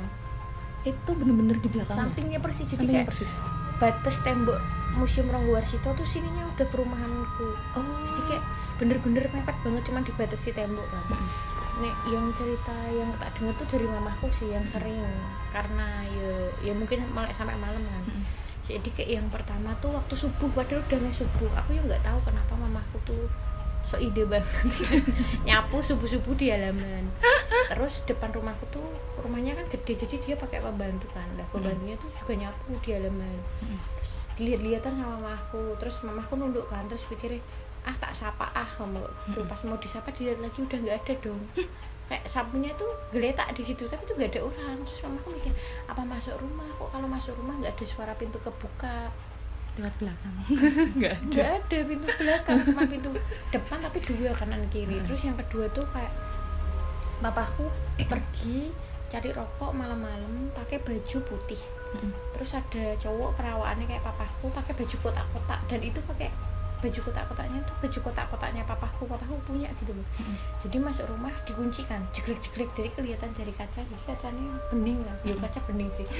Itu bener-bener di belakang. sampingnya persis, jadi Sampingnya kayak persis. batas tembok museum Ronggowarsito tuh sininya udah perumahanku, Oh, jadi kayak bener-bener mepet banget, cuman dibatasi tembok kan. Nek yang cerita yang tak dengar tuh dari mamaku sih yang sering, karena ya ya mungkin mulai sampai malam kan. Jadi kayak yang pertama tuh waktu subuh, padahal udah mau subuh, aku ya nggak tahu kenapa mamaku tuh so ide banget nyapu subuh-subuh di halaman. Terus depan rumahku tuh rumahnya kan gede, jadi dia pakai pembantu kan, lah pembantunya tuh juga nyapu di halaman. Terus dilihat-lihatan sama mamaku, terus mamaku nunduk kan, terus pikirnya ah tak sapa ah ngomong tuh, pas mau disapa dilihat lagi udah nggak ada dong. kayak sapunya tuh geletak di situ tapi tuh gak ada orang. Terus mamaku mikir apa masuk rumah, kok kalau masuk rumah nggak ada suara pintu kebuka lewat belakang nggak ada nggak ada pintu belakang, cuma pintu depan tapi dua kanan kiri. Terus yang kedua tuh kayak papaku pergi cari rokok malam-malam pakai baju putih. Terus ada cowok perawaannya kayak papaku pakai baju kotak-kotak, dan itu pakai baju kotak-kotaknya tuh baju kotak-kotaknya papaku papaku punya gitu loh. Jadi masuk rumah dikuncikan, jeglek-jeglek, dari kelihatan dari kaca, jadi kacanya bening lah, ya kaca bening sih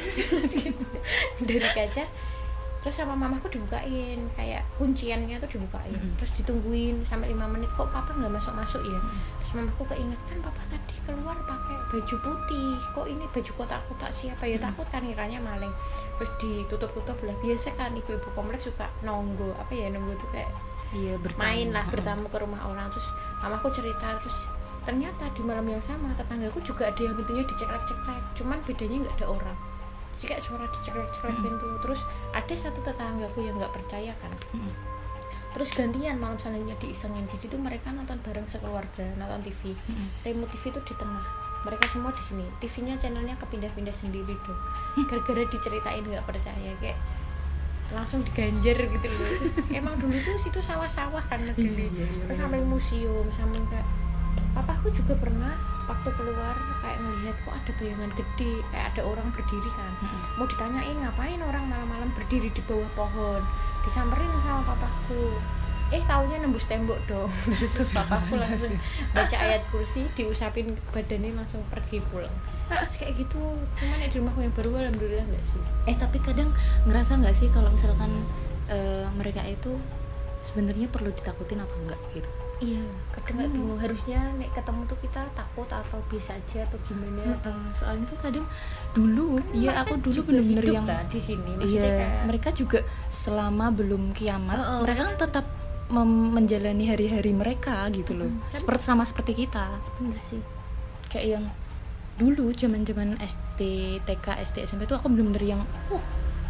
dari kaca. Terus sama mamaku dibukain, kayak kunciannya tuh dibukain, mm-hmm. terus ditungguin sampai lima menit, kok papa nggak masuk-masuk ya. Terus mamaku keinget, kan papa tadi keluar pakai baju putih, kok ini baju kotak-kotak siapa ya, takut kan kiranya maling. Terus ditutup-tutup lah, biasa kan ibu-ibu kompleks suka nonggo, apa ya nonggo tuh kayak iya, main lah, bertamu ke rumah orang. Terus mamaku cerita, terus ternyata di malam yang sama tetanggaku juga ada yang pintunya diceklek-ceklek, cuman bedanya nggak ada orang. Jadi kayak suara diceklek-ceklek mm. pintu. Terus ada satu tetanggaku yang nggak percaya kan, mm. terus gantian malam selanjutnya diisengin. Jadi tuh mereka nonton bareng sekeluarga, nonton T V. mm. Remote T V tuh di tengah, mereka semua di sini, T V-nya channelnya kepindah-pindah sendiri dong. Gara-gara diceritain nggak percaya, kayak langsung diganjar gitu loh. Terus emang dulu tuh situ sawah-sawah kan dulu. Terus sampai museum, sampai kayak papaku juga pernah waktu keluar kayak ngelihat kok ada bayangan gede, kayak ada orang berdiri kan. Mm-hmm. Mau ditanyain ngapain orang malam-malam berdiri di bawah pohon, disamperin sama papaku, eh taunya nembus tembok dong. Terus papaku langsung baca ayat kursi, diusapin badannya, langsung pergi pulang. Terus kayak gitu. Cuman ya di rumahku yang baru alhamdulillah nggak sih. Eh tapi kadang ngerasa nggak sih kalau misalkan uh, mereka itu sebenarnya perlu ditakutin apa enggak gitu? Iya, kadang nggak bingung harusnya nek ketemu tuh kita takut atau biasa aja atau gimana. Uh, soalnya tuh kadang dulu, kan iya aku dulu bener-bener yang kan di sini. Iya, kayak mereka juga selama belum kiamat, uh, uh, mereka kan tetap mem- menjalani hari-hari mereka gitu loh. Uh, seperti sama seperti kita. Bener sih. Kayak yang dulu zaman-zaman S D, T K, S D, S M P tuh aku bener-bener yang uh,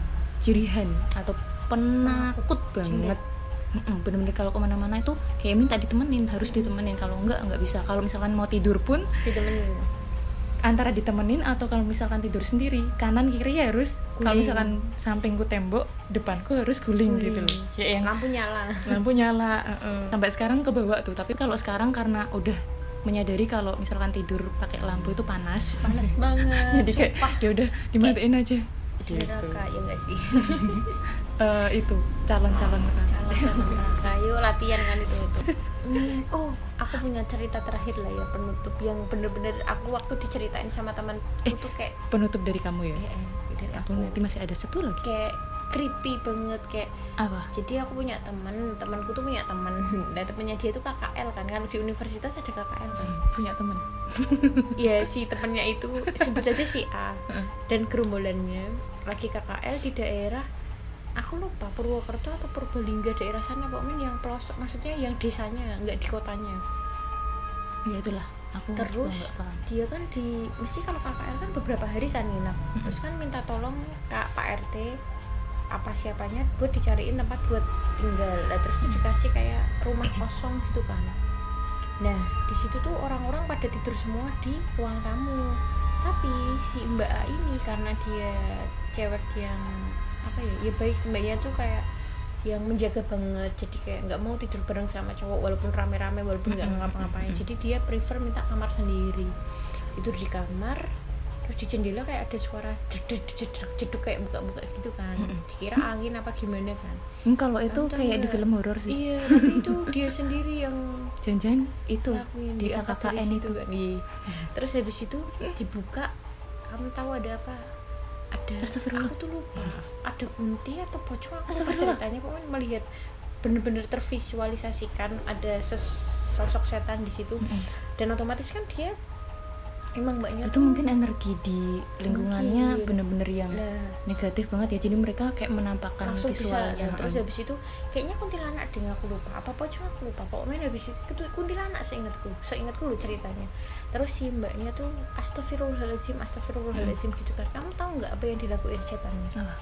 jirihan atau penakut banget. Mm-mm, bener-bener kalau kemana-mana itu kayak minta ditemenin, harus ditemenin, kalau enggak enggak bisa. Kalau misalkan mau tidur pun ditemenin, antara ditemenin atau kalau misalkan tidur sendiri, kanan kiri ya harus, kalau misalkan sampingku tembok, depanku harus guling, guling. Gitu loh, kayak yang lampu nyala lampu nyala uh-uh. Sampai sekarang kebawa tuh. Tapi kalau sekarang karena udah menyadari kalau misalkan tidur pakai lampu itu panas panas banget jadi kayak ya udah dimatiin kayak aja gitu. Neraka ya enggak sih. uh, itu calon-calon neraka. Calon-calon neraka. Yuk latihan kan itu itu. Hmm, oh, aku punya cerita terakhir lah ya, penutup yang bener-bener aku waktu diceritain sama temanku eh, tuh kayak penutup dari kamu ya? Eh, eh, dari aku, aku nanti masih ada satu lagi. Kayak creepy banget, kayak apa? Jadi aku punya teman, temanku tuh punya teman. Nah, temannya dia tuh K K L kan. Kalau di universitas ada K K L kan. Punya teman. Iya, si temannya itu sebut saja si A. Dan gerombolannya lagi K K L di daerah, aku lupa Purwokerto atau Purbalingga, daerah sana pokoknya yang pelosok, maksudnya yang desanya, nggak di kotanya. Ya itulah. Aku terus dia kan di, mesti kalau K K L kan beberapa hari kan nginap. Terus kan minta tolong Kak Pak R T apa siapanya buat dicariin tempat buat tinggal. Nah, terus tuh dikasih kayak rumah kosong gitu kan. Nah, di situ tuh orang-orang pada tidur semua di ruang tamu. Tapi si Mbak A ini karena dia cewek yang apa ya, ya baik, mbaknya tuh kayak yang menjaga banget, jadi kayak nggak mau tidur bareng sama cowok walaupun rame-rame, walaupun nggak mm-hmm. ngapa-ngapain. Jadi dia prefer minta kamar sendiri, tidur di kamar. Terus di jendela kayak ada suara jeduk-jeduk kayak buka-buka gitu kan. Mm-hmm. Dikira angin apa gimana kan. Hmm, kalau itu Tante, kayak di film horor sih. Iya, tapi itu dia sendiri yang jangan-jangan itu desa K K N itu kan. Iya. Terus habis itu dibuka, kamu tahu ada apa? Ada, aku tuh lupa, ada kunti atau pocong, aku lupa ceritanya. Pokoknya melihat bener-bener tervisualisasikan ada sosok setan di situ. Mm-hmm. Dan otomatis kan dia emang mbaknya itu tuh mungkin energi di lingkungannya mungkin bener-bener yang nah, negatif banget ya, jadi mereka kayak menampakkan visualnya. Terus habis itu kayaknya kuntilanak deh, aku lupa apa pocong, aku lupa pokoknya habis itu kuntilanak seingatku seingatku lu ceritanya. Terus si mbaknya tuh astagfirullahaladzim astagfirullahaladzim gitu kan. Kamu tahu nggak apa yang dilakuin setannya? Oh.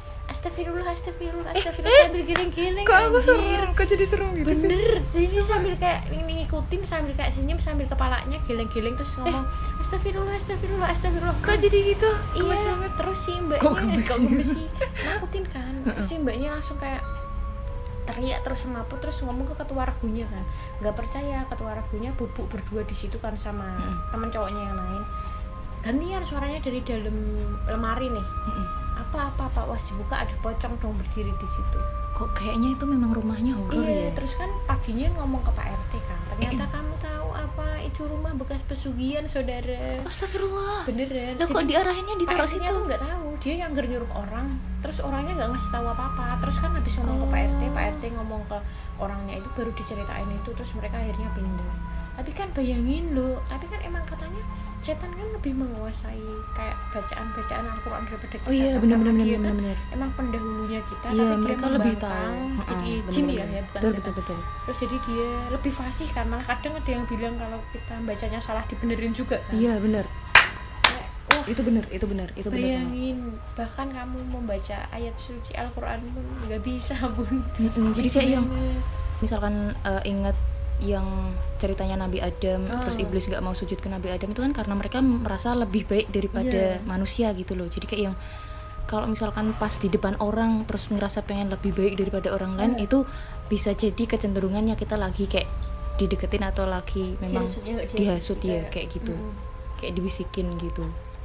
astagfirullah astagfirullah astagfirullah sambil giling-giling. Kok aku anjir. serem, kok jadi serem gitu sih? Bener, jadi sambil kayak ngikutin sambil kayak senyum sambil kepalanya geleng-geleng terus ngomong astagfirullah astagfirullah astagfirullah. Kok jadi gitu? Iya, Gemes banget. terus si mbaknya Kok gemes? kok gemes sih nakutin kan. Terus si mbaknya langsung kayak teriak terus semaput terus ngomong ke ketua regunya kan, nggak percaya ketua regunya bubuk berdua di situ kan sama Mm-mm. teman cowoknya yang lain, gantian suaranya dari dalam lemari nih, Mm-mm. apa apa pak was dibuka ada pocong dong berdiri di situ. Kok kayaknya itu memang rumahnya horor Iya, ya? terus kan paginya ngomong ke Pak R T kan, ternyata kamu tahu apa itu rumah bekas pesugihan saudara. Astagfirullah. Beneran. Lah kok Jadi, diarahinnya ditaruh Pak R T-nya situ? tuh nggak tahu, dia yang nyuruh orang, terus orangnya nggak ngasih tahu apa-apa. Terus kan habis ngomong ke Pak R T, Oh. Pak R T ngomong ke orangnya itu baru diceritain itu, terus mereka akhirnya pindah. Tapi kan bayangin loh, tapi kan emang katanya setan kan lebih menguasai kayak bacaan-bacaan Al-Quran daripada kita. Oh iya, kan. benar-benar Karena dia kan benar-benar. emang pendahulunya kita, Iya, tapi dia mereka lebih membangkang tahu. jadi Heeh, jin ya, benar-benar. ya bukan Betul, setan. betul, betul. Terus jadi dia lebih fasih kan, malah kadang ada yang bilang kalau kita bacanya salah dibenerin juga kan. Iya, benar. Kayak, wah, Itu benar, itu benar, itu benar. banget. bayangin bahkan kamu membaca ayat suci Al-Quran pun nggak bisa bun. Mm-mm, jadi kayak yang Gimana? misalkan eh, ingat yang ceritanya Nabi Adam, Oh. terus iblis nggak mau sujud ke Nabi Adam itu kan karena mereka merasa lebih baik daripada Iya. manusia gitu loh. Jadi kayak yang kalau misalkan pas di depan orang terus ngerasa pengen lebih baik daripada orang lain, Oh. itu bisa jadi kecenderungannya kita lagi kayak dideketin atau lagi memang Dihasutnya nggak dihasut dihasut, ya kayak- kayak gitu, Mm. kayak dibisikin gitu.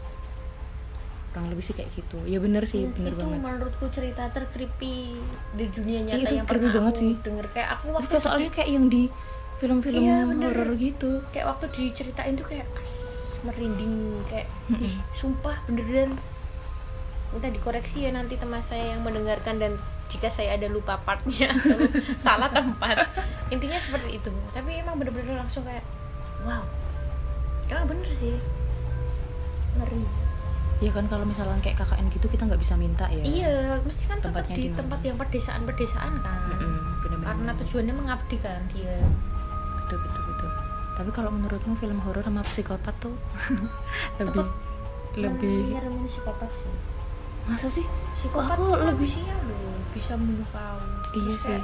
Kurang lebih sih kayak gitu. Ya bener sih, Yes, bener itu banget. menurutku cerita tercreepy di dunia nyata Iya, itu yang creepy pernah banget aku sih. denger. Kayak aku Terus waktu kayak soalnya di- kayak yang di film-film Iya, bener. horor gitu. kayak waktu diceritain tuh kayak as, merinding kayak Mm-mm. ih, sumpah beneran. Minta dikoreksi ya nanti teman saya yang mendengarkan, dan jika saya ada lupa partnya atau salah tempat, intinya seperti itu. Tapi emang bener-bener langsung kayak wow, emang bener sih ngeri. Ya kan kalau misalkan kayak K K N gitu kita nggak bisa minta ya. Iya, mesti kan tetap Tempatnya di di mana? tempat yang pedesaan-pedesaan kan. Mm-mm, bener-bener. Karena tujuannya mengabdi kan dia. betul betul betul. Tapi kalau menurutmu film horor sama psikopat tuh lebih lebih nyeremin psikopat sih. masa sih? Psikopat Kok aku tuh lebih manusia loh, bisa membunuh kau. iya Terus sih. kayak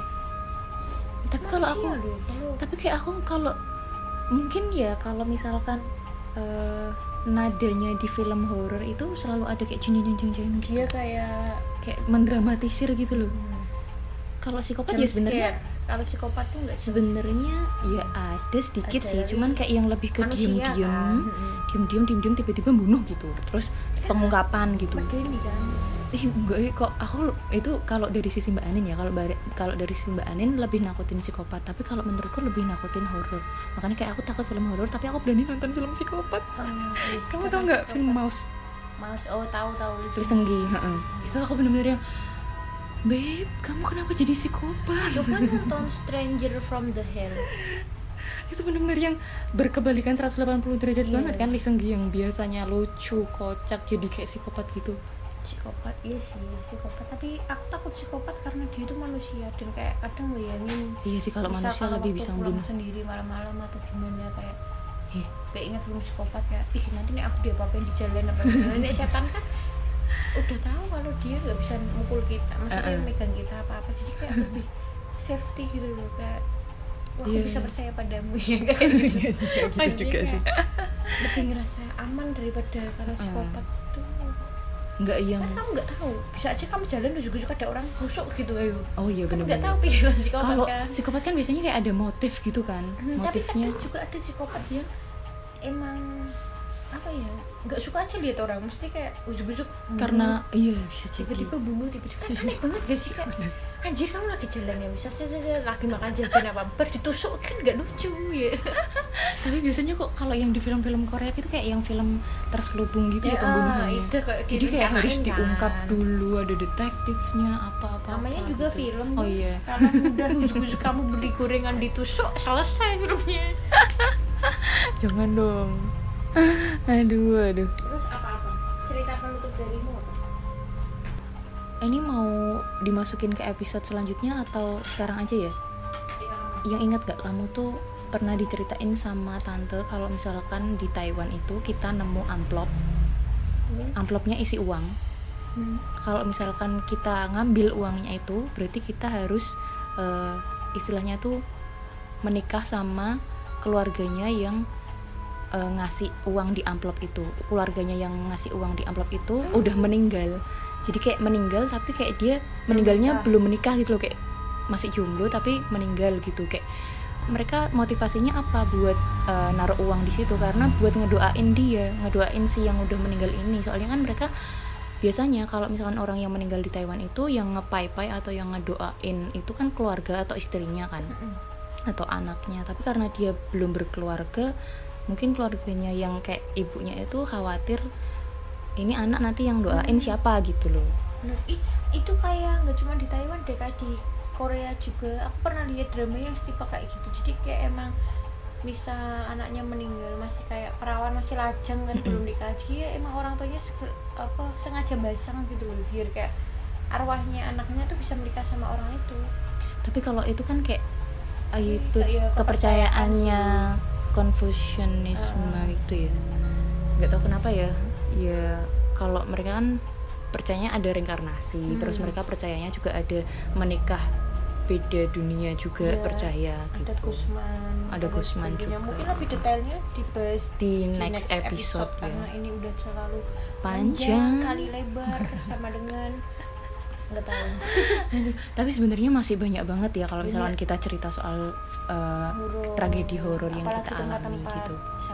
Tapi kalau aku manusia loh, kalau tapi kayak aku kalau mungkin ya kalau misalkan eh, nadanya di film horor itu selalu ada kayak jeng jeng jeng jeng gitu. dia kayak Kayak mendramatisir gitu loh. hmm, Kalau psikopat jump ya sebenarnya scare. Kalau psikopat tuh nggak sebenarnya ya ada sedikit Ada sih, dari cuman kayak yang lebih ke manusia diem-diem, kan. Mm-mm. diem-diem, diem-diem tiba-tiba bunuh gitu, terus pengungkapan gitu. Medeni kan. Eh enggak, eh, kok aku itu kalau dari sisi Mbak Anin ya, kalau bare- kalau dari sisi Mbak Anin lebih nakutin psikopat, tapi kalau menurutku lebih nakutin horor. Makanya kayak aku takut film horor, tapi aku berani nonton film psikopat. Oh, yes, Kamu karena tahu nggak psikopat. film Mouse? Mouse, oh tahu tahu. Lisenggi, heeh. Itu aku bener-bener yang, Babe, kamu kenapa jadi psikopat? Itu kan nonton Stranger from the Hell. Itu benar-benar yang berkebalikan seratus delapan puluh derajat Iya. banget kan. Lisenggi yang biasanya lucu, kocak, jadi kayak psikopat gitu. Psikopat, iya sih psikopat. Tapi aku takut psikopat karena dia itu manusia dan kayak kadang bayangin. Iya sih, kalau misal manusia kalau lebih waktu bisa pulang membunuh. sendiri malam-malam atau gimana kayak Ih, kayak ingat film psikopat kayak ih nanti nih aku diapa-apain di jalan apa gimana. Nih setan kan udah tahu kalau dia nggak bisa mukul kita, maksudnya Uh-uh. megang kita apa-apa, jadi kayak lebih safety gitu loh, kayak wah aku Iya, bisa iya. percaya padamu ya kayak gitu. Iya, gitu Maksudnya juga kayak sih. lebih ngerasa aman daripada kalau psikopat tuh Enggak yang kan kamu nggak tahu, bisa aja kamu jalan ujuk-ujuk ada orang nusuk gitu ayo. oh iya Kamu nggak benar-benar. tahu pikiran psikopat Kalau kan. psikopat kan biasanya kayak ada motif gitu kan. Hmm, tapi Motifnya kadang juga ada psikopat yang emang apa ya nggak suka aja lihat orang, mesti kayak ujuk-ujuk bunuh, karena iya bisa jadi. tiba-tiba bunuh tiba-tiba kan aneh banget gak sih kak, anjir kamu lagi jalan ya misal saya lagi makan jajan apa ber ditusuk kan nggak lucu ya. Tapi biasanya kok kalau yang di film-film Korea itu kayak yang film terselubung gitu ya, Ya, pembunuhannya. itu kayak Jadi kayak harus direncanain diungkap kan. dulu, ada detektifnya apa-apa. Namanya juga gitu. film Oh tuh. iya. Kalau udah ujuk-ujuk kamu beli gorengan ditusuk selesai filmnya. Jangan dong. Aduh, aduh. Terus apa-apa cerita penutup darimu apa? Ini mau dimasukin ke episode selanjutnya atau sekarang aja ya? Yang ingat gak kamu tuh pernah diceritain sama tante kalau misalkan di Taiwan itu kita nemu amplop, Hmm. amplopnya isi uang, Hmm. Kalau misalkan kita ngambil uangnya itu, berarti kita harus uh, istilahnya tuh menikah sama keluarganya yang uh, ngasih uang di amplop itu. Keluarganya yang ngasih uang di amplop itu hmm. udah meninggal. Jadi kayak meninggal tapi kayak dia meninggalnya menikah. belum menikah gitu loh, kayak masih jomblo tapi meninggal gitu. Kayak mereka motivasinya apa buat uh, naruh uang di situ, karena buat ngedoain dia, ngedoain si yang udah meninggal ini. Soalnya kan mereka biasanya kalau misalkan orang yang meninggal di Taiwan itu yang ngepai-pai atau yang ngedoain itu kan keluarga atau istrinya kan, mm-hmm. atau anaknya. Tapi karena dia belum berkeluarga, mungkin keluarganya yang kayak ibunya itu khawatir ini anak nanti yang doain mm-hmm. siapa gitu loh. Bener. Ih, itu kayak nggak cuma di Taiwan deh, kayak di Korea juga. Aku pernah lihat drama yang setipe kayak gitu. Jadi kayak emang bisa anaknya meninggal masih kayak perawan, masih lajang kan, mm-hmm. belum nikah, dia emang orang tuanya seg- apa sengaja basang gitu loh, biar kayak arwahnya anaknya tuh bisa menikah sama orang itu. Tapi kalau itu kan kayak Iya, itu iya, kepercayaannya Konfusianisme uh. gitu ya. Nggak tahu kenapa ya. Ya kalau mereka kan percayanya ada reinkarnasi, hmm. terus mereka percayanya juga ada menikah beda dunia juga, ya, percaya ada gitu. Gusman, ada Gusman juga. Mungkin lebih detailnya dibahas di, di next, next episode, episode ya. Karena ini udah terlalu panjang, panjang kali lebar sama dengan nggak tahu. Aduh, tapi sebenarnya masih banyak banget ya kalau misalkan kita cerita soal uh, horror, tragedi horor yang apalagi kita alami tempat-tempat gitu.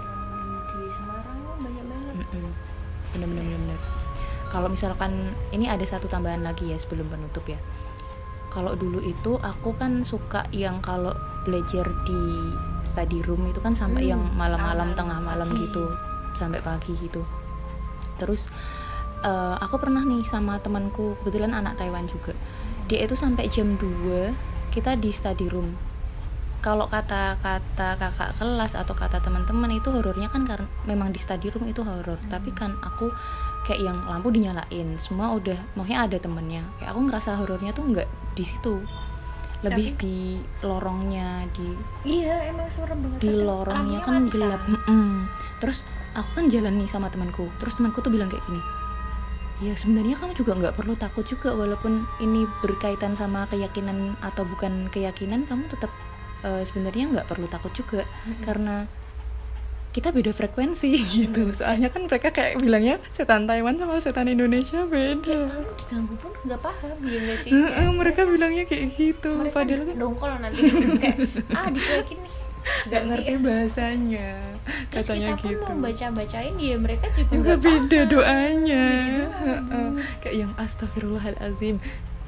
di Semarang banyak banget. Bener-bener bener. Kalau misalkan ini ada satu tambahan lagi ya sebelum penutup ya. Kalau dulu itu aku kan suka yang kalau belajar di study room itu kan sampai hmm, yang malam-malam, tengah malam pagi. Gitu, sampai pagi gitu. Terus uh, aku pernah nih sama temanku, kebetulan anak Taiwan juga. Dia itu sampai jam dua kita di study room. Kalau kata-kata kakak kelas atau kata teman-teman itu horornya kan karena memang di study room itu horor. Hmm. Tapi kan aku kayak yang lampu dinyalain, semua udah, maksudnya ada temennya. Kayak aku ngerasa horornya tuh nggak di situ, lebih tapi, di lorongnya, di iya emang serem banget. Di lorongnya kan gelap. Terus aku kan jalan nih sama temanku, terus temanku tuh bilang kayak gini, ya sebenarnya kamu juga nggak perlu takut juga, walaupun ini berkaitan sama keyakinan atau bukan keyakinan, kamu tetap uh, sebenarnya nggak perlu takut juga, mm-hmm. karena kita beda frekuensi gitu. Soalnya kan mereka kayak bilangnya setan Taiwan sama setan Indonesia beda. Ya, kamu diganggu pun nggak paham ya nggak sih? Uh, mereka bilangnya kayak gitu. Mereka padahal kan dongkol nanti kayak ah dicuekin nih. Nggak ngerti ya bahasanya. Terus katanya kita gitu. Pun mau baca-bacain ya mereka juga, juga beda paham. doanya. Uh, kayak yang astagfirullahalazim.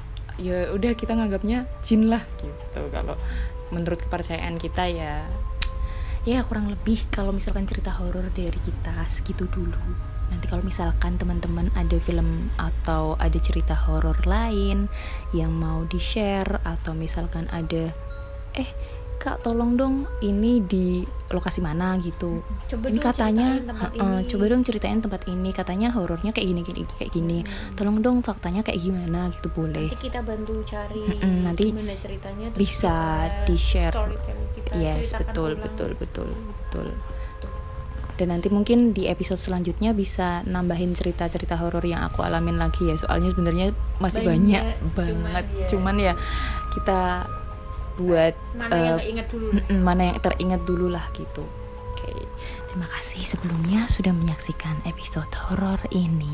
Ya udah kita nganggapnya jin lah gitu. Kalau menurut kepercayaan kita ya. Ya kurang lebih kalau misalkan cerita horor dari kita segitu dulu. Nanti kalau misalkan teman-teman ada film atau ada cerita horor lain yang mau di-share, atau misalkan ada eh Kak tolong dong ini di lokasi mana gitu. Coba ini katanya uh, ini. Coba dong ceritain tempat ini, katanya horornya kayak gini gini kayak gini. Hmm. Tolong dong faktanya kayak gimana gitu, boleh. Nanti kita bantu cari hmm, nanti gimana ceritanya, bisa di-share. Kita yes, betul, betul, betul, betul. Dan nanti mungkin di episode selanjutnya bisa nambahin cerita-cerita horor yang aku alamin lagi ya. Soalnya sebenarnya masih banyak, banyak banget. Cuman ya, cuman ya kita buat mana uh, yang ingat dulu mana yang teringat dulu lah gitu. Oke, okay. Terima kasih sebelumnya sudah menyaksikan episode horor ini.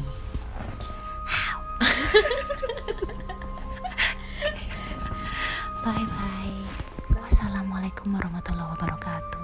Bye bye. Wassalamualaikum warahmatullahi wabarakatuh.